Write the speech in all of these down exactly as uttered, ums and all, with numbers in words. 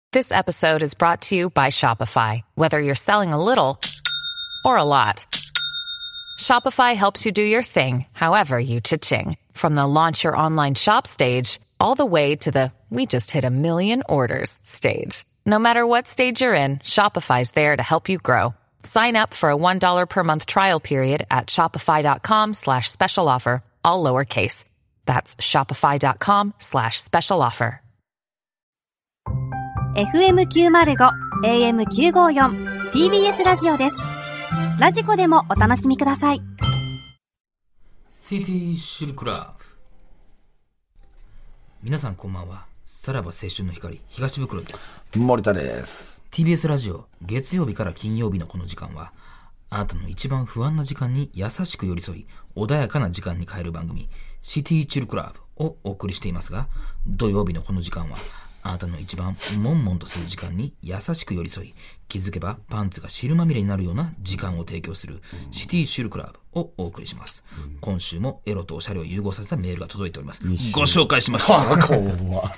This episode is brought to you by Shopify. Whether you're selling a little or a lot, Shopify helps you do your thing, however you cha-ching. From the launch your online shop stage, all the way to the we just hit a million orders stage. No matter what stage you're in, Shopify's there to help you grow. Sign up for a one dollar per month trial period at shopify.com slash special offer, all lowercase. That's shopify.com slash special offer. エフエムきゅうまるご、エーエムきゅうごよん ティービーエス ラジオです。ラジコでもお楽しみください。 シティシルクラブ。皆さんこんばんは。さらば青春の光、東袋です。 森田です。 ティービーエス ラジオ、月曜日から金曜日のこの時間は、あなたの一番不安な時間に優しく寄り添い、穏やかな時間に変える番組、シティチルクラブをお送りしていますが、土曜日のこの時間は、あなたの一番悶々とする時間に優しく寄り添い、気づけばパンツが汁まみれになるような時間を提供するシティシルクラブをお送りします。うん、今週もエロとおしゃれを融合させたメールが届いております。ご紹介します。 こんばんは。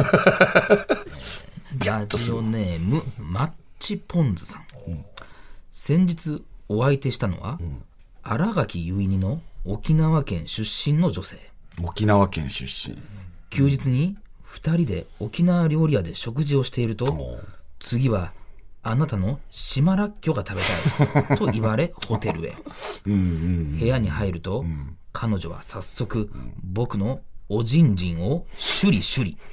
ラジオネームマッチポンズさん。うん、先日お相手したのは、うん、新垣結衣の沖縄県出身の女性。 沖縄県出身。 休日に二人で沖縄料理屋で食事をしていると、次はあなたの島らっきょが食べたいと言われホテルへ。うんうんうん、部屋に入ると、うん、彼女は早速、うん、僕のおじんじんをシュリシュリ。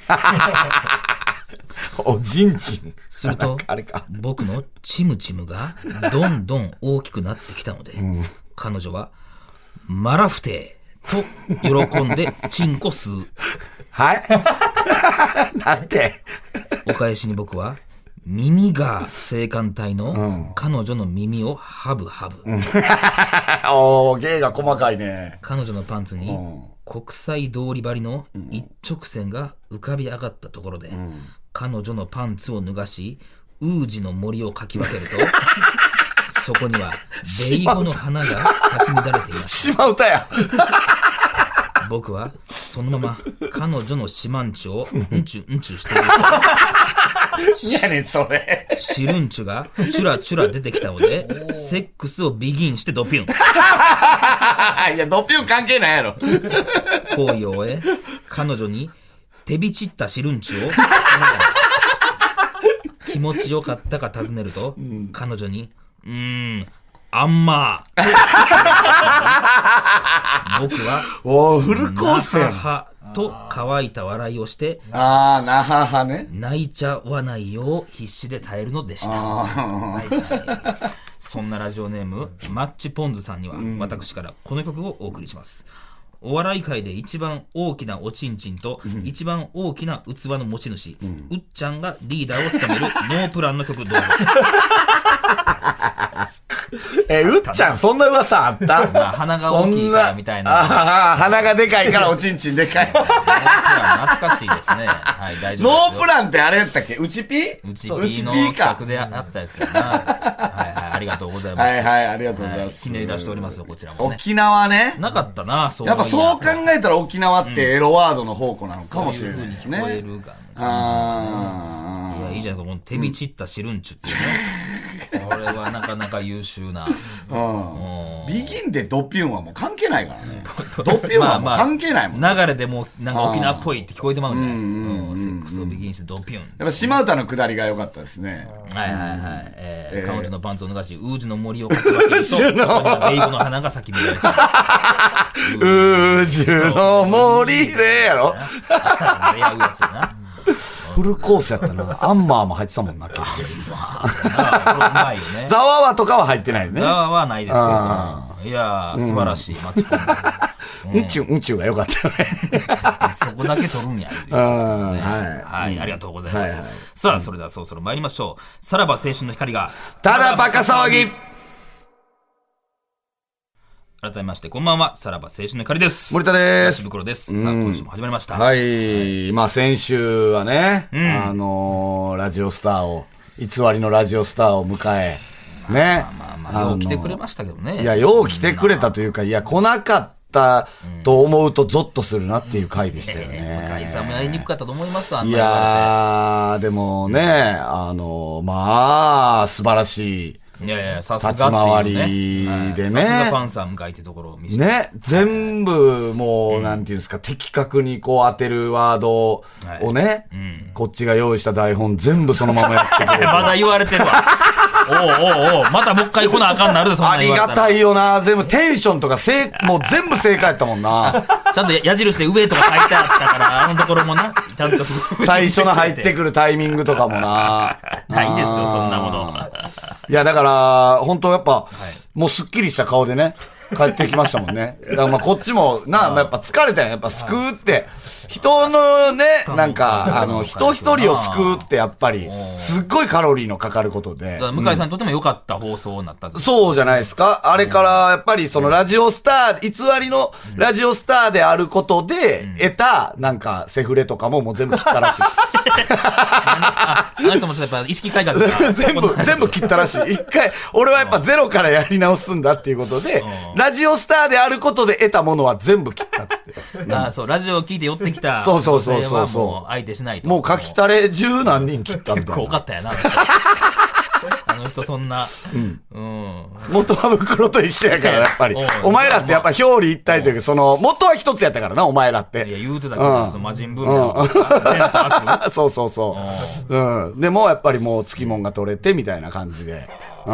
おじんじんすると僕のチムチムがどんどん大きくなってきたので、うん、彼女はマラフテーと喜んでチンコ吸う。 はいなんてお返しに僕は耳が性感帯の彼女の耳をハブハブ、うん、 おー芸が細かいね。 彼女のパンツに国際通り針の一直線が浮かび上がったところで、うん、彼女のパンツを脱がしウージの森をかき分けるとそこにはベイゴの花が咲き乱れています。 島唄や僕はそのまま彼女のシマンチュをうんちゅうんちゅしているといやねんそれシルンチュがチュラチュラ出てきたのでセックスをビギンしてドピュン。 いやドピュン関係ないやろ。 行為を終え彼女に手びちったシルンチュを気持ちよかったか尋ねると、うん、彼女にうーんあんま僕はおフルコースやなははと乾いた笑いをしてあーなははね泣いちゃわないよう必死で耐えるのでした。はいはい、そんなラジオネームマッチポンズさんには、うん、私からこの曲をお送りします。お笑い界で一番大きなおちんちんと、うん、一番大きな器の持ち主、うん、うっちゃんがリーダーを務めるノープランの曲どうぞ。 え、うっちゃんそんな噂あった？ まあ、鼻が大きいからみたいな。 ああ、鼻がでかいからおちんちんでかい。ノープラン懐かしいですね。はい、大丈夫ですよ。 ノープランってあれやったっけ？うちピー？ うちピーの企画であったやつやな。はいはい、ありがとうございます。 はいはい、ありがとうございます。はい、 ひねり出しておりますよ、こちらもね。 沖縄ね。 なかったな、そう。 やっぱそう考えたら沖縄ってエロワードの宝庫なのかもしれないですね。 そういう風に聞こえるが、ね。ああ。いや、いいじゃん、この手びちったシルンチュっていうね。これはなかなか優秀な。 うん、ビギンでドピュンはもう関係ないからね。ドピュンはもう関係ないもん、ね。 まあまあ、流れでもうなんか沖縄っぽいって聞こえてまうんじゃない。うん、セックスをビギンしてドピュン。やっぱ島唄の下りが良かったですね。 はいはいはい。えーえー、彼女のパンツを脱がし、ウージの森をかき分けると、そこにはベイゴの花が咲き乱れてウージの森でやろ。 いや、うやつやな。 フルコースやったな。アンマーも入ってたもんな、結構。 うまいよね。 ザワワとかは入ってないね。 ザワはないですよ。いやー、素晴らしい。マッチコンボ。うんちゅう、うんちゅうが良かったよね。 そこだけ取るんや。はい。ありがとうございます。さあ、それではそろそろ参りましょう。さらば青春の光が、 ただバカ騒ぎ。 改めましてこんばんは、さらば青春の光です。 森田です。 東袋です。さあ今週も始まりました。 はい、はい、まあ先週はね、うん、あのー、ラジオスターを偽りのラジオスターを迎えね、 まあまあまあよう来てくれましたけどね。 いやよう来てくれたというか、いや来なかっったと思うとゾッとするなっていう回でしたよね。 向井さんもやりにくかったと思いますわ。 いやー、でもね、あの、まあ、素晴らしい。 いやいや、さすが立ち回りでね。 さすがパンサー向井ってところを見せて。 ね、全部もう、うん、なんていうんですか、的確にこう当てるワードをね、はいうん、こっちが用意した台本全部そのままやってくれる。 まだ言われてるわ。おうおうおう、またもう一回来なあかんなるで、そんなありがたいよな、全部テンションとか正、もう全部正解やったもんな。 ちゃんと矢印で上とか書いてあったから、あのところもな、ちゃんと。 最初の入ってくるタイミングとかもな。 ないですよ、そんなもの。 いや、だから、本当やっぱ、はい、もうスッキリした顔でね、帰ってきましたもんね。だからまあこっちも、な、やっぱ疲れたんや。やっぱ救うって、人のね、なんか、あの、人一人を救うってやっぱり、すっごいカロリーのかかることで。 向井さんにとっても良かった放送になったんですか？ そうじゃないですか。あれからやっぱりそのラジオスター、偽りのラジオスターであることで得た、なんかセフレとかももう全部切ったらしい。 あなたもやっぱ意識改革が全部、全部切ったらしい。一回、俺はやっぱゼロからやり直すんだっていうことで、ラジオスターであることで得たものは全部切ったっつって。 うん、ああ、そう、ラジオを聞いて寄ってきた。 そうそうそうそうそう。 もう相手しないと。 もう書きたれ十何人切ったみたいな。 結構多かったやな。あの人そんな。うん。うん。 元は袋と一緒やからやっぱり。お前らってやっぱ表裏一体というか、その、元は一つやったからな、お前らって。 いや、言うてたけど、うん、その魔人ブーム。 そうそうそう。うん。でもやっぱりもう付き物が取れてみたいな感じで。 うん。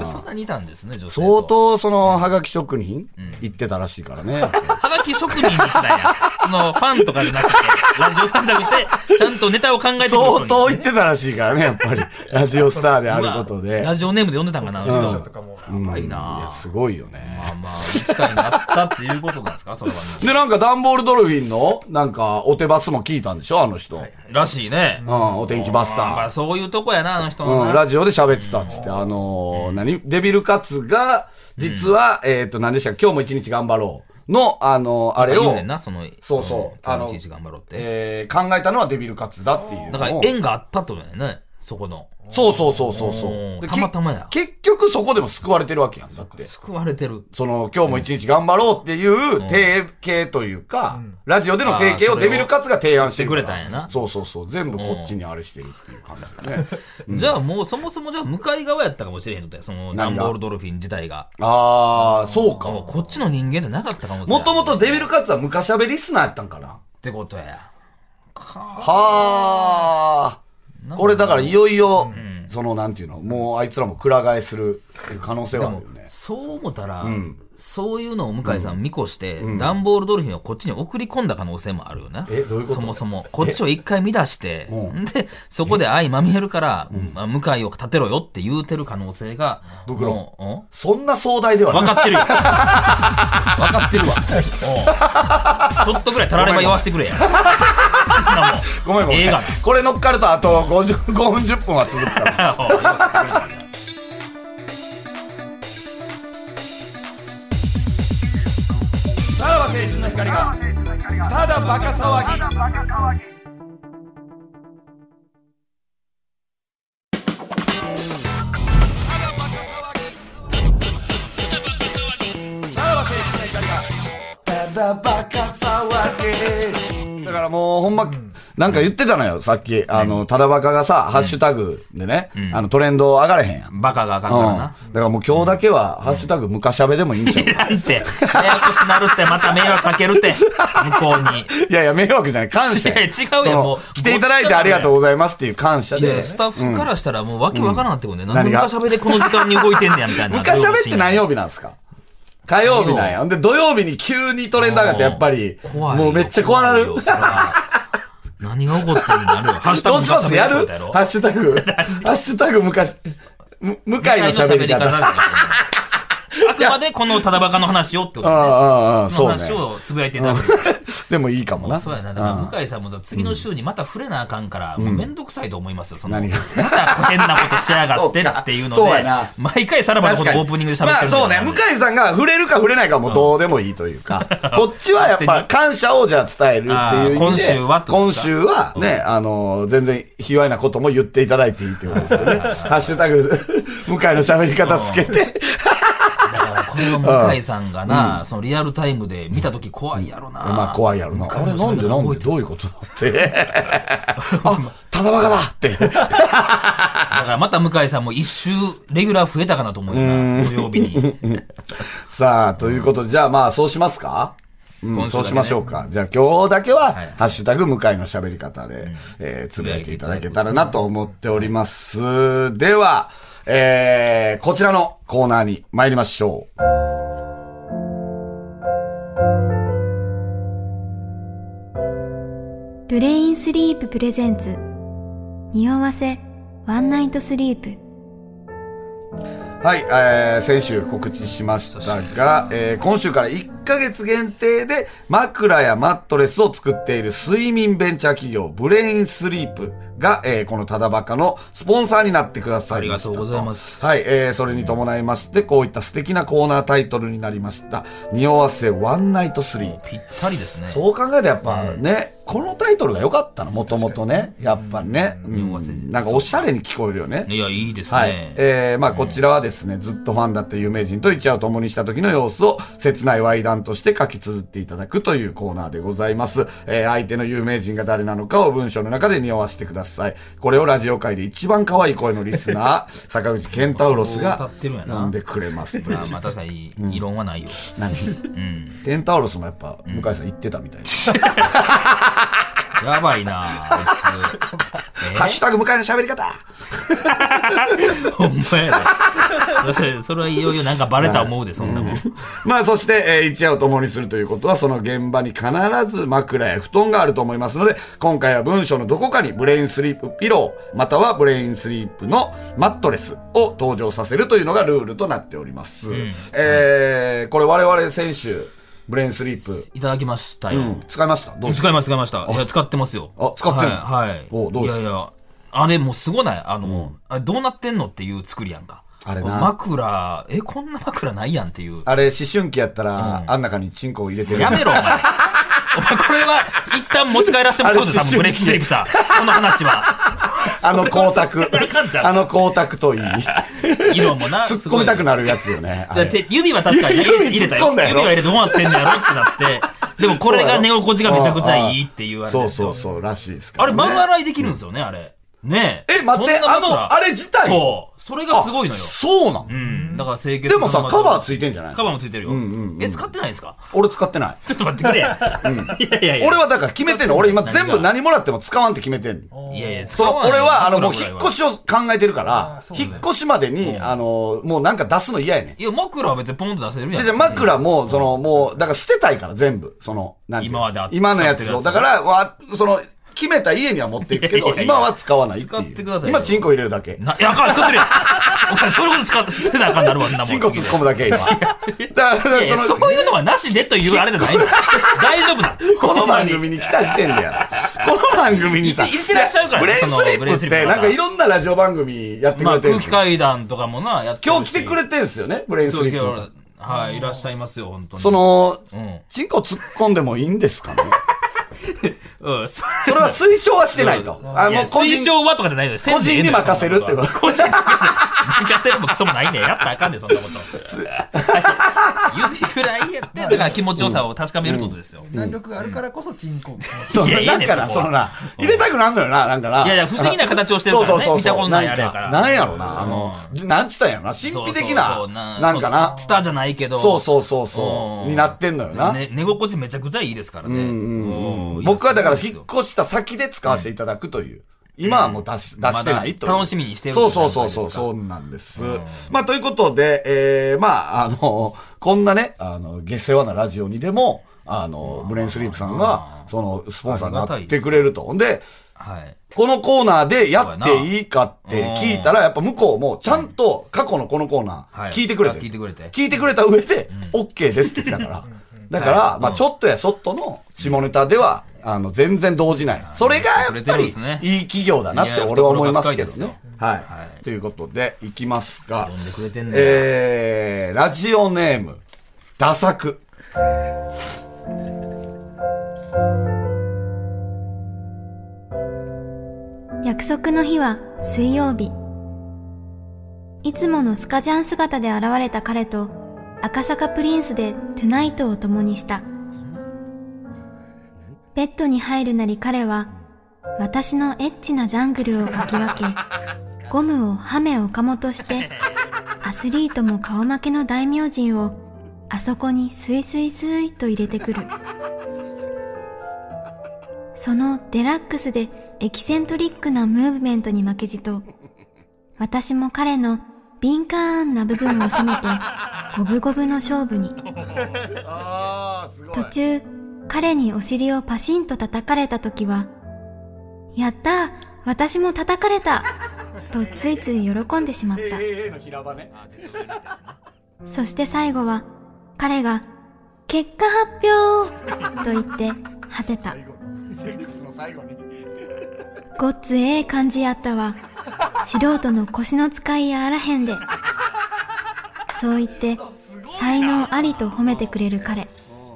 そんなにいたんですね、女性。 相当その、はがき職人行ってたらしいからね。 はがき職人に行ってたんや。その、ファンとかじゃなくて、ラジオファンじゃなくて、ちゃんとネタを考えてくる。 相当行ってたらしいからね、やっぱり。ラジオスターであることで。 ラジオネームで呼んでたんかな、あの人。 やばいな。いや、すごいよね。 まあまあ、機会になったっていうことなんですか、それは。 で、なんかダンボールドルフィンの、なんか、お手バスも聞いたんでしょ、あの人。 らしいね。 うん、お天気バスター。 そういうとこやな、あの人の。うん、ラジオで喋ってたっつって、あの、何デビルカツが、実は、えっと、何でしたっけ、今日も一日頑張ろうの、あの、あれを、そうそう、あの、えー、考えたのはデビルカツだっていう。 だから縁があったってことだよね、そこの。 そうそうそうそうそう。 たまたまや。 結局そこでも救われてるわけやん。だって。 救われてる。 その、今日も一日頑張ろうっていう提携というか、うん、ラジオでの提携をデビルカツが提案してくれたんやな。 そうそうそう。全部こっちにあれしてるっていう感じだね。 うん、じゃあもうそもそもじゃあ向かい側やったかもしれへんのだよ。その、ダンボールドルフィン自体が。 ああ、そうか。 こっちの人間じゃなかったかもしれない。もともとデビルカツは昔しゃべリスナーやったんかなってことや。 はあ。これだからいよいよ、うんその、なんていうの、もうあいつらもくら替えする可能性はあるよね。 そう思ったら、うん、そういうのを向井さん見越して、うん、ダンボールドルフィンをこっちに送り込んだ可能性もあるよね。 え、どういうこと？ そもそも。こっちを一回乱して、で、そこで相まみえるから、まあ、向井を立てろよって言うてる可能性が、 僕の、そんな壮大ではない。 分かってるよ。分かってるわ。ちょっとぐらいたられば言わしてくれや。 ごめんごめん。映画これ乗っかるとあとごじゅうごふんじゅっぷんは続くから。さらば青春の光がただバカ騒ぎ。だからもうほんま、なんか言ってたのよ、さっき。あの、ただバカがさ、ハッシュタグでね、あの、トレンド上がれへんやん。 バカが上がるからな。 だからもう今日だけは、ハッシュタグ昔しゃべでもいいんちゃう？ なんて、ややこしなるって、また迷惑かけるって、向こうに。 いやいや、迷惑じゃない、感謝。 いや違うやん、もう。 来ていただいてありがとうございますっていう感謝で。 いや、スタッフからしたらもうわけわからんなってことね。なんで昔しゃべでこの時間に動いてんねや、みたいな。 昔しゃべって何曜日なんですか？火曜日なんや。で、土曜日に急にトレンド上がってやっぱり、もうめっちゃ怖なる。 何が起こってんのなるよ。ハッシュタグ昔しゃべり方やろ？ハッシュタグ。ハッシュタグ昔、向井の喋り方。 あくまでこのただバカの話をってことね。 ああ、ああ、 その話をつぶやいてんだ。 でもいいかもな。 そうやな。だから向井さんも次の週にまた触れなあかんから、もうめんどくさいと思いますよ。その、また変なことしやがってっていうので、毎回さらばのことオープニングで喋ってる。 まあそうね。向井さんが触れるか触れないかもどうでもいいというか、こっちはやっぱ感謝をじゃあ伝えるっていう意味で、 今週は今週はね、あの、全然卑猥なことも言っていただいていいってことですよね。ハッシュタグ、向井の喋り方つけて、 これは向井さんがな、うん、そのリアルタイムで見たとき怖いやろな。 うん、まあ怖いやろな。あれなんでなんでどういうことだって。あ、ただバカだって。だからまた向井さんも一周レギュラー増えたかなと思うよな、土曜日に。 さあ、ということで、じゃあまあそうしますか、うんね、そうしましょうか。じゃあ今日だけは、はい、ハッシュタグ向井の喋り方で、うんえー、つぶやいていただけたらなと思っております。では、えー、こちらのコーナーに参りましょう。 ブレインスリーププレゼンツ匂わせワンナイトスリープ。 はい、えー、先週告知しましたが、えー、今週からいっかげつ限定で枕やマットレスを作っている睡眠ベンチャー企業ブレインスリープが、えー、このただバカのスポンサーになってくださいましたと。 ありがとうございます。 はい、えー、それに伴いましてこういった素敵なコーナータイトルになりました。匂わせワンナイトスリープ。 ぴったりですね。 そう考えるとやっぱね、うん、このタイトルが良かったの、もともとね。やっぱね、うん、なんかおしゃれに聞こえるよね。 いや、いいですね。 はい。えー、まあこちらはですね、ずっとファンだった有名人と一夜を共にした時の様子を切ないワイ談として書き綴っていただくというコーナーでございます。えー、相手の有名人が誰なのかを文章の中で匂わせてください。これをラジオ界で一番可愛い声のリスナー、坂口健太郎が飲んでくれますという。 まあ確かに異論はないよ。 うん、何、うん、ケンタウロスもやっぱ向井さん言ってたみたいです。 やばいなあいつ。 ハッシュタグ向井の喋り方。 ほんまやで。それはいよいよなんかバレた思うで、そんなもん。 まあそして、えー、一夜を共にするということは、その現場に必ず枕や布団があると思いますので、今回は文章のどこかにブレインスリープピロー、またはブレインスリープのマットレスを登場させるというのがルールとなっております。うん、えー、これ我々選手、ブレインスリープいただきましたよ。うん、 使いました。どう使いました使いました。いや使ってますよ。 あ、使ってる。 はい。はい、 お、どうですか。 いやいや、あれもうすごない。あの、うん、あれどうなってんのっていう作りやんか。あれな。枕、え、こんな枕ないやんっていう。 あれ思春期やったら、うん、あん中にチンコを入れてる。 やめろお前。お前これは一旦持ち帰らせてもらうぞ、多分ブレイクスリープさ。この話は。 あの光沢。あの光沢といい。 色もな。 突っ込みたくなるやつよね。 だって指は確かに入れたよ。指は入れてどうなってんのやろってなって。でもこれが寝心地がめちゃくちゃいいって言われて。 そうそうそう、らしいですからね。あれ丸洗いできるんですよね、あれ。ねえ。え、待って、あの、あれ自体そう。それがすごいのよ。 そうなん。 うん。だから清潔。 でもさ、カバーついてんじゃない？ カバーもついてるよ。え、使ってないですか？ 俺使ってない。 ちょっと待ってくれや。いやいやいや。 俺はだから決めてんの。俺今全部何もらっても使わんって決めてんの。 いやいや、 その、俺はあの、もう引っ越しを考えてるから、引っ越しまでに、あの、もうなんか出すの嫌やねん。 いや、枕は別にポンと出せるやん。 じゃ枕も、その、もう、だから捨てたいから全部。その、なんていうの。今まで今のやつを。だから、わ、その、決めた家には持っていくけど、いやいやいや今は使わないっていう。 使ってください。 今、チンコ入れるだけ。 な、いや、あかん、使ってるよ。お前、そういうこと使って、捨てなあかんなるわ、んなもん。 チンコ突っ込むだけ、今。だから、その、そういうのはなしでというあれじゃないの。大丈夫だ。 この番組に来た時点でやこの番組にさ、 入れてらっしゃるからね。 ブレインスリップって、なんかいろんなラジオ番組やってくれてる。 まあ、空気階段とかもな、やってる。 今日来てくれてんすよね、ブレインスリップ。 はい、いらっしゃいますよ、本当に。 その、チンコ突っ込んでもいいんですかね。うん、それは推奨はしてないと。 あ、もう推奨はとかじゃないのよ。 個人に任せるってこと。 個人に任せるもクソもないね。やったらあかんねん、そんなこと。指ぐらいやって、だから気持ちよさを確かめるってことですよ。 弾力があるからこそチンコ。 そう、だから、そのな、入れたくなんのよな、なんかな。 いやいや、不思議な形をしてるからね。見たことないあれやから。 なんやろな、あの、なんつったんやろな、神秘的な、なんかな。 ツタじゃないけど。 そうそうそうそう、になってんのよな。 寝心地めちゃくちゃいいですからね。 僕はだから引っ越した先で使わせていただくという。今はもう出し、出してないという。 楽しみにしてる。 そうそうそうそう、そうなんです。まあ、ということで、えー、まあ、あの、こんなね、あの、下世話なラジオにでも、あの、ブレインスリープさんが、その、スポンサーになってくれると。で、はい、このコーナーでやっていいかって聞いたら、やっぱ向こうもちゃんと過去のこのコーナー聞いてくれて、 聞いてくれて、 聞いてくれた上で、OK ですって来たから。だから、まあちょっとやそっとの下ネタでは、あの、全然動じない。それがやっぱり、いい企業だなって俺は思いますけどね。はい。ということで、いきますが、えー、ラジオネーム、ダサク。 約束の日は水曜日。いつものスカジャン姿で現れた彼と赤坂プリンスでトゥナイトを共にした。ベッドに入るなり彼は私のエッチなジャングルをかき分け、ゴムをハメ岡本してアスリートも顔負けの大名人をあそこにスイスイスイと入れてくる。そのデラックスでエキセントリックなムーブメントに負けじと、私も彼の敏感な部分を攻めて五分五分の勝負に。途中彼にお尻をパシンと叩かれた時は、やったー、私も叩かれたとついつい喜んでしまった。そして最後は彼が結果発表と言って果てた。ごっつええ感じやったわ。素人の腰の使いやあらへんで。そう言って才能ありと褒めてくれる彼。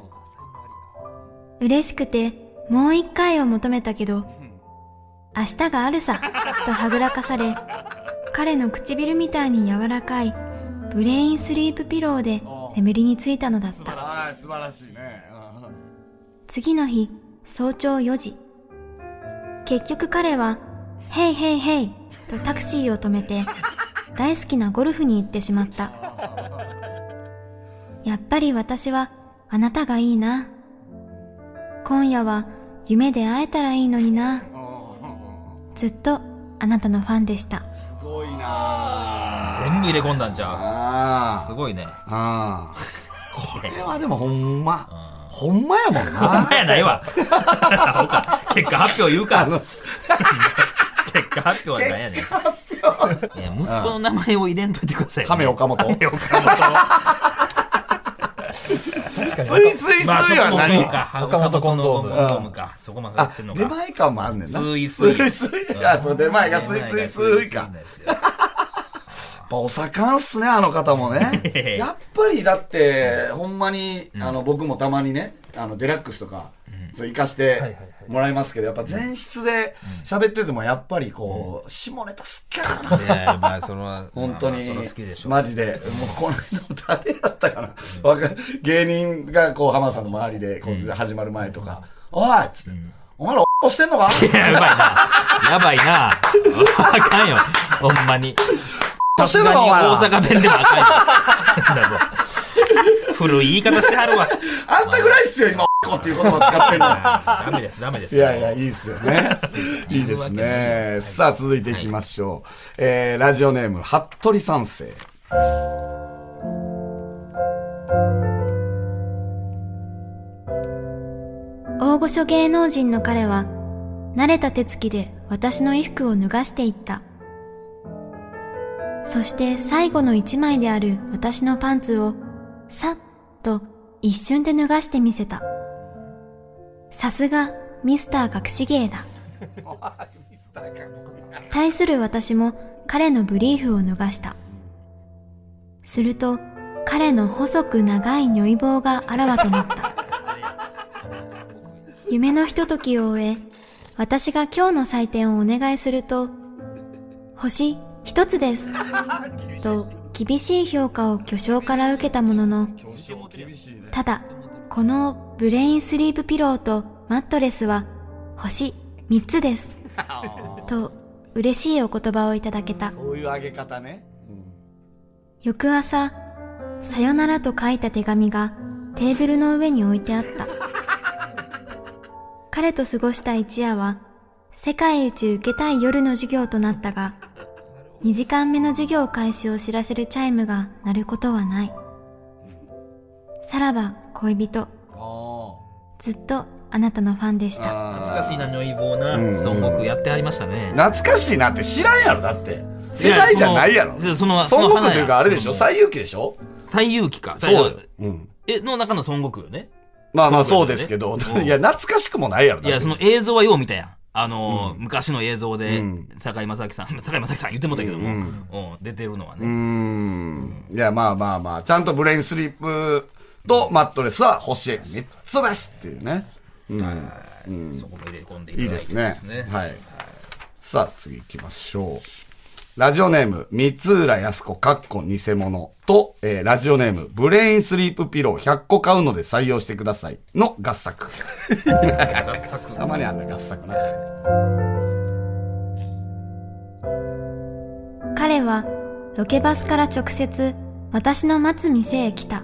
嬉しくてもう一回を求めたけど、明日があるさとはぐらかされ、彼の唇みたいに柔らかいブレインスリープピローで眠りについたのだった。 素晴らしいね。 次の日早朝よじ、結局彼はヘイヘイヘイとタクシーを止めて大好きなゴルフに行ってしまった。やっぱり私はあなたがいいな。今夜は夢で会えたらいいのにな。ずっとあなたのファンでした。 すごいな。 全部入れ込んだんちゃう。 あすごいね。 あこれはでもほんまほんまやもんな。 ほんまやないわ。結果発表言うか。結果発表は何やねん。いや息子の名前を入れんといてください、ね。 亀岡本。 亀岡本。 スイスイスイは何か。岡本コンドームか。そこまでやってんのか。 出前感もあんねんな。 スイスイ。 スイスイ。あ、そう出前がスイスイスイか。やっぱお盛んっすね、あの方もね。やっぱりだってほんまにあの僕もたまにね、あのデラックスとかそう行かしてもらいますけど、やっぱ前室で喋っててもやっぱりこう下ネタすっげーな。 いやまあその本当に好きでしょ。 マジでもうこの間誰やったかな。わか芸人がこう浜田さんの周りでこう始まる前とか、おいっつって、お前らおっしてんのか。 いややばいな。やばいな。あかんよ。ほんまに。さすがに大阪弁でもあかんよ。古い言い方してはるわ。 あんたぐらいっすよ今っていう言葉使ってんの。 ダメですダメです。 いやいやいいっすよね。いいですね。さあ続いていきましょう。はい、えー、ラジオネーム服部三世。 大御所芸能人の彼は慣れた手つきで私の衣服を脱がしていった。そして最後の一枚である私のパンツをさっと一瞬で脱がしてみせた。さすがミスター隠し芸だ。対する私も彼のブリーフを脱がした。すると彼の細く長い如意棒があらわとなった。夢のひとときを終え、私が今日の採点をお願いすると、星一つですと厳しい評価を巨匠から受けたものの、ただこのブレインスリープピローとマットレスは星三つですと嬉しいお言葉をいただけた。 そういうあげ方ね。うん、 翌朝、さよならと書いた手紙がテーブルの上に置いてあった。彼と過ごした一夜は世界一受けたい夜の授業となったが、にじかんめの授業開始を知らせるチャイムが鳴ることはない。さらば恋人、ずっとあなたのファンでした。 懐かしいな、如意棒な、うんうん、孫悟空やってはりましたね。 懐かしいなって知らんやろ。だって世代じゃないやろ。 その孫悟空というかあれでしょ、西遊記でしょ。 西遊記か。 そう、うん、 えの中の孫悟空よね。 まあまあそうですけど、いや懐かしくもないやろ。 いやその映像はよう見たやん。あのーうん、昔の映像で、うん、堺正明さん堺正明さん言ってもったけども、うんうん、出てるのはね。うーん、 いやまあまあまあちゃんとブレインスリープとマットレスは星みっつですっていうね。うんうん、 そこも入れ込んでいただいてですね。 いいですね。はい。さあ次行きましょう。 ラジオネーム、三浦康子かっこ偽物と、えー、ラジオネーム、ブレインスリープピローひゃっこ買うので採用してくださいの合作。合作。たまにあんな合作な。 彼はロケバスから直接私の待つ店へ来た。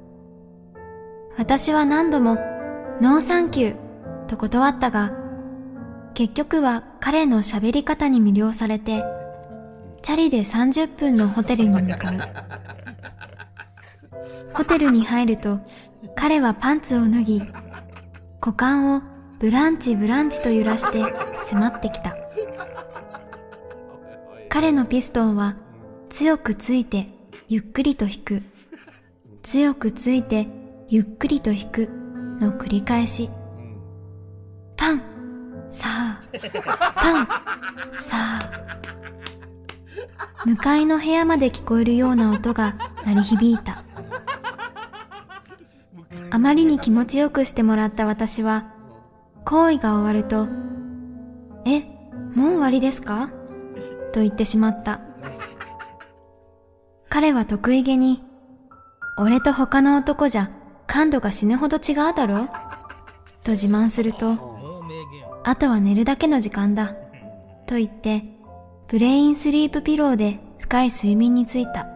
私は何度もノーサンキューと断ったが、結局は彼の喋り方に魅了されて、チャリでさんじゅっぷんのホテルに向かう。ホテルに入ると、彼はパンツを脱ぎ、股間をブランチブランチと揺らして迫ってきた。彼のピストンは強くついてゆっくりと引く、強くついてゆっくりと引くの繰り返し。パン、さあ、パン、さあ。向かいの部屋まで聞こえるような音が鳴り響いた。あまりに気持ちよくしてもらった私は、行為が終わると、え、もう終わりですか？と言ってしまった。彼は得意げに、俺と他の男じゃ感度が死ぬほど違うだろと自慢すると、あとは寝るだけの時間だと言ってブレインスリープピローで深い睡眠についた。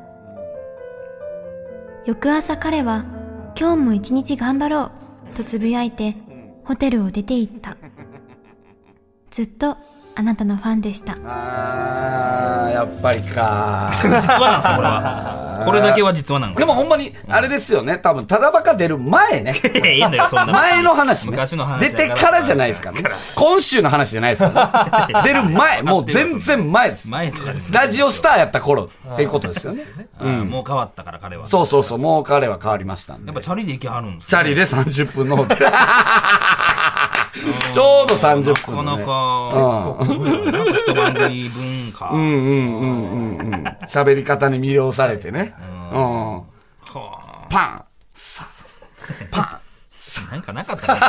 翌朝彼は今日も一日頑張ろうとつぶやいてホテルを出て行った。ずっとあなたのファンでした。 あー、やっぱりか。 実話なんですかこれは。これだけは実話なんか。 でもほんまにあれですよね、多分ただバカ出る前ね。 いいんだよそんな。 前の話ね。 昔の話。 出てからじゃないですからね。今週の話じゃないですからね。出る前、もう全然前です。 前とかです。 ラジオスターやった頃っていうことですよね。 うん、もう変わったから彼は。 そうそうそう、もう彼は変わりましたんで。 やっぱチャリで行きはるんですチャリでさんじゅっぷんのホテル。ちょうどさんじゅっぷん、ね。 なかなか、うん、なんか一番組文化。 うんうんうんうんうん。喋り方に魅了されてね。うん。うん、パン、さ、パン、さ。 なんかなかったね。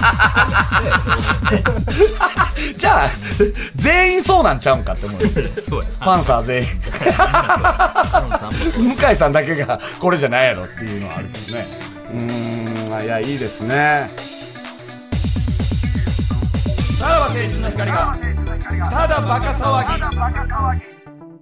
じゃあ、全員そうなんちゃうんかって思う。 そうや。 パンサー全員。向井さんだけがこれじゃないやろっていうのはあるけどね。うーん、いや、いいですね。さらば青春の光がただバカ騒ぎ。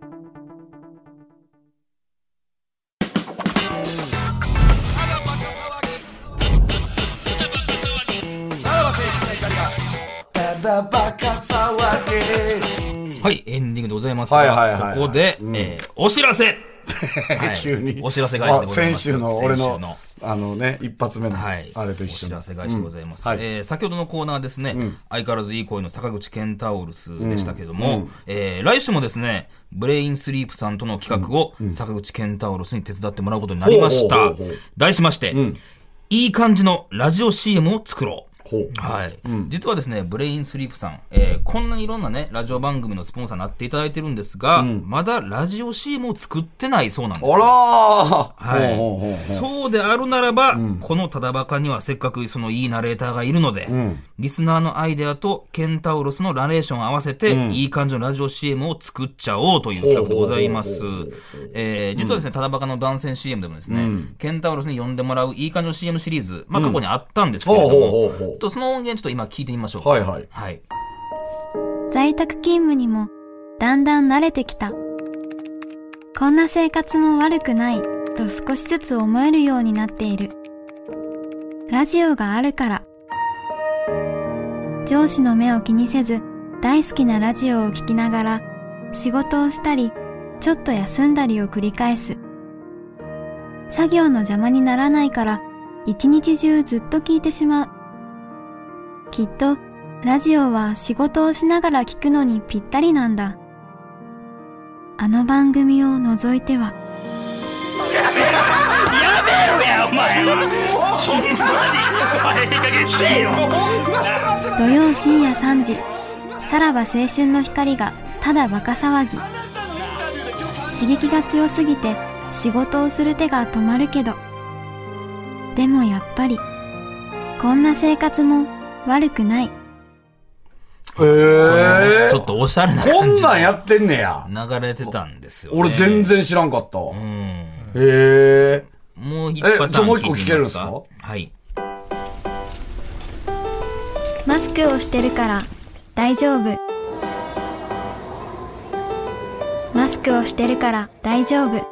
はい、エンディングでございますが、 はいはいはいはい、 ここで、うん、えー、お知らせはい、急にお知らせ返しでございます。 先週の俺のあのね一発目のあれと一緒に、 はい、お知らせ返しでございます、 うん、はい、 えー、先ほどのコーナーですね、うん、相変わらずいい声の坂口健太オルスでしたけども、うん、えー、来週もですねブレインスリープさんとの企画を坂口健太オルスに手伝ってもらうことになりました。ほうほうほうほう。題しまして、うん、いい感じのラジオ シーエム を作ろう。はい、うん、実はですねブレインスリープさん、えー、こんなにいろんなねラジオ番組のスポンサーになっていただいてるんですが、うん、まだラジオ シーエム を作ってないそうなんですよ。 あらー、はい、ほうほうほう。そうであるならば、うん、このただバカにはせっかくそのいいナレーターがいるので、うん、リスナーのアイデアとケンタウロスのナレーションを合わせて、うん、いい感じのラジオ シーエム を作っちゃおうという企画でございます。えー、実はですね、うん、ただバカの番宣 シーエム でもですね、うん、ケンタウロスに呼んでもらういい感じの シーエム シリーズ、まあ過去にあったんですけれども、うん、ほうほうほうほうとその音源ちょっと今聞いてみましょう。 はいはい。 はい。 在宅勤務にもだんだん慣れてきた。こんな生活も悪くないと少しずつ思えるようになっている。ラジオがあるから。上司の目を気にせず大好きなラジオを聞きながら仕事をしたりちょっと休んだりを繰り返す。作業の邪魔にならないから一日中ずっと聞いてしまう。きっとラジオは仕事をしながら聞くのにぴったりなんだ。あの番組を除いては。 やめろやめろやお前は。ほんまにお前いい加減せえよ。 土曜深夜さんじ、さらば青春の光がただバカ騒ぎ。刺激が強すぎて仕事をする手が止まるけど、でもやっぱりこんな生活も悪くない。 へえ。 ちょっとおしゃれなこん感じでなんやってんねや。 流れてたんですよ、ね。 俺全然知らんかったわ。 うん。 へえ。 もう一パターンもう一個聞い聞けるんですてみますか。 か？ はい。 マスクをしてるから大丈夫。マスクをしてるから大丈夫。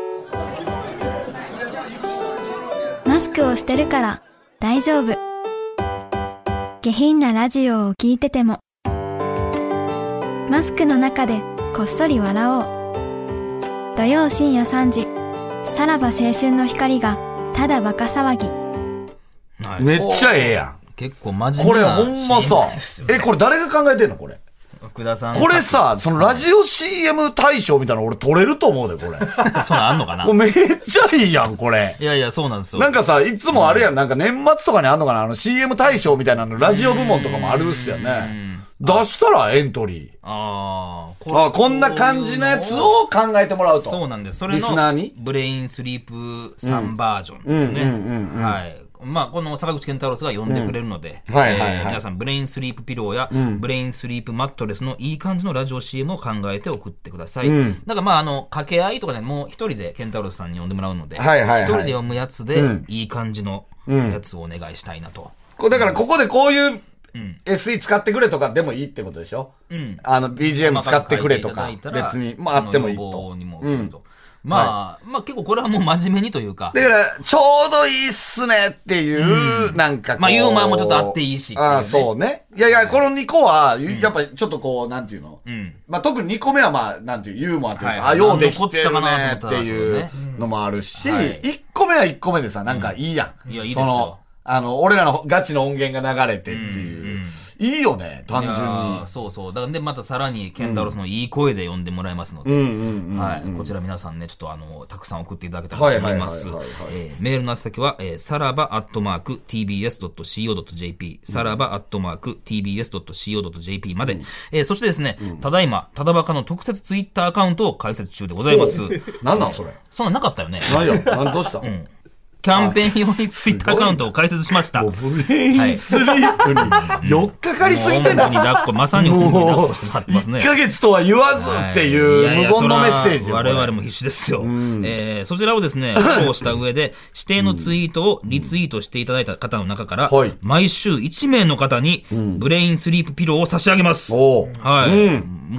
マスクをしてるから大丈夫。下品なラジオを聞いててもマスクの中でこっそり笑おう。土曜深夜さんじ、さらば青春の光がただバカ騒ぎ。 はい、 めっちゃええやん。 結構真こ面目なれほんまさ、え、これ誰が考えてんのこれ。 福田さん。 これさ、そのラジオ シーエム 大賞みたいなの俺撮れると思うで、これ。 そうなんあんのかな。 もうめっちゃいいやん、これ。 いやいや、そうなんですよ。 なんかさ、いつもあるやん、なんか年末とかにあんのかな、あの シーエム 大賞みたいなの、ラジオ部門とかもあるっすよね。出したらエントリー。 ああ、 あ、こんな感じのやつを考えてもらうと。 そうなんです。それリスナーにのブレインスリープさんバージョンですね。はい。まあ、この坂口健太郎が呼んでくれるので、皆さん、ブレインスリープピローや、うん、ブレインスリープマットレスのいい感じのラジオ シーエム を考えて送ってください。うん、だからまあ、あの、掛け合いとかでもう一人で健太郎さんに呼んでもらうので、一、はいはい、人で読むやつで、うん、いい感じのやつをお願いしたいなと。 うん、だからここでこういう、うん、エスイー 使ってくれとかでもいいってことでしょ？うん。あの、ビージーエム 使ってくれとか、別に、まああってもいいと。 まあ、はい、まあ結構これはもう真面目にというか。 だから、ちょうどいいっすねっていう、うん、なんかこう。 まあユーモアもちょっとあっていいし、ね。 ああ、そうね。いやいや、はい、このにこは、やっぱりちょっとこう、なんていうの、うん、まあ特ににこめはまあ、なんていう、ユーモアというか、はい、あ、ようできてるねっていうのもあるし、はい、いっこめはいっこめでさ、なんかいいやん。 うん、いや、いいですよ。 あの、俺らのガチの音源が流れてっていう。うんうん、いいよね、単純に。 そうそう。だからで、またさらに、ケンタロスのいい声で呼んでもらえますので、はい。こちら皆さんね、ちょっとあの、たくさん送っていただけたらと思います。メールの宛先は、えー、さらばアットマーク ティービーエスドットシーオードットジェーピー、さらばアットマーク ティービーエスドットシーオードットジェーピー まで、うん、えー、そしてですね、うん、ただいま、ただばかの特設ツイッターアカウントを開設中でございます。 なんなんそれ？ そんなんなかったよね。 ないよ。なんどうした？うん。 キャンペーン用にツイッターアカウントを開設しました。 もうブレインスリープによっかかりすぎてんだ。 おんぶに抱っこ、まさにおんぶに抱っこしてもらってますね。 いっかげつとは言わずっていう無言のメッセージ。 我々も必死ですよ。えー、そちらをですね、フォローした上で、指定のツイートをリツイートしていただいた方の中から、毎週いちめいの方に、ブレインスリープピローを差し上げます。はい。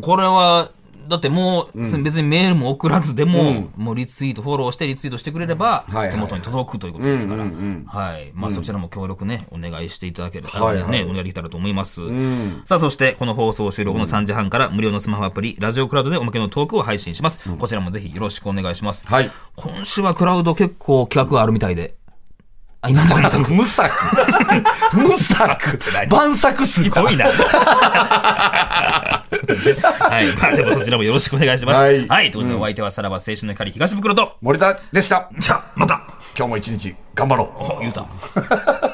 これは、だってもう、うん、別にメールも送らずでも、うん、もうリツイート、フォローしてリツイートしてくれれば、手元に届くということですから、はい。まあ、そちらも協力ね、お願いしていただければ、はいはい、ね、お願いできたらと思います。うん、さあ、そして、この放送終了後のさんじはんから無料のスマホアプリ、ラジオクラウドでおまけのトークを配信します。うん、こちらもぜひよろしくお願いします。はい。今週はクラウド結構企画があるみたいで。あ、今まで無作無作万作すぎた。 すごいな。はい。まあ、でもそちらもよろしくお願いします。はい。はい。ということで、お相手はさらば青春の光東袋と森田でした。 じゃあ、また。 今日も一日頑張ろう。 お、言うた。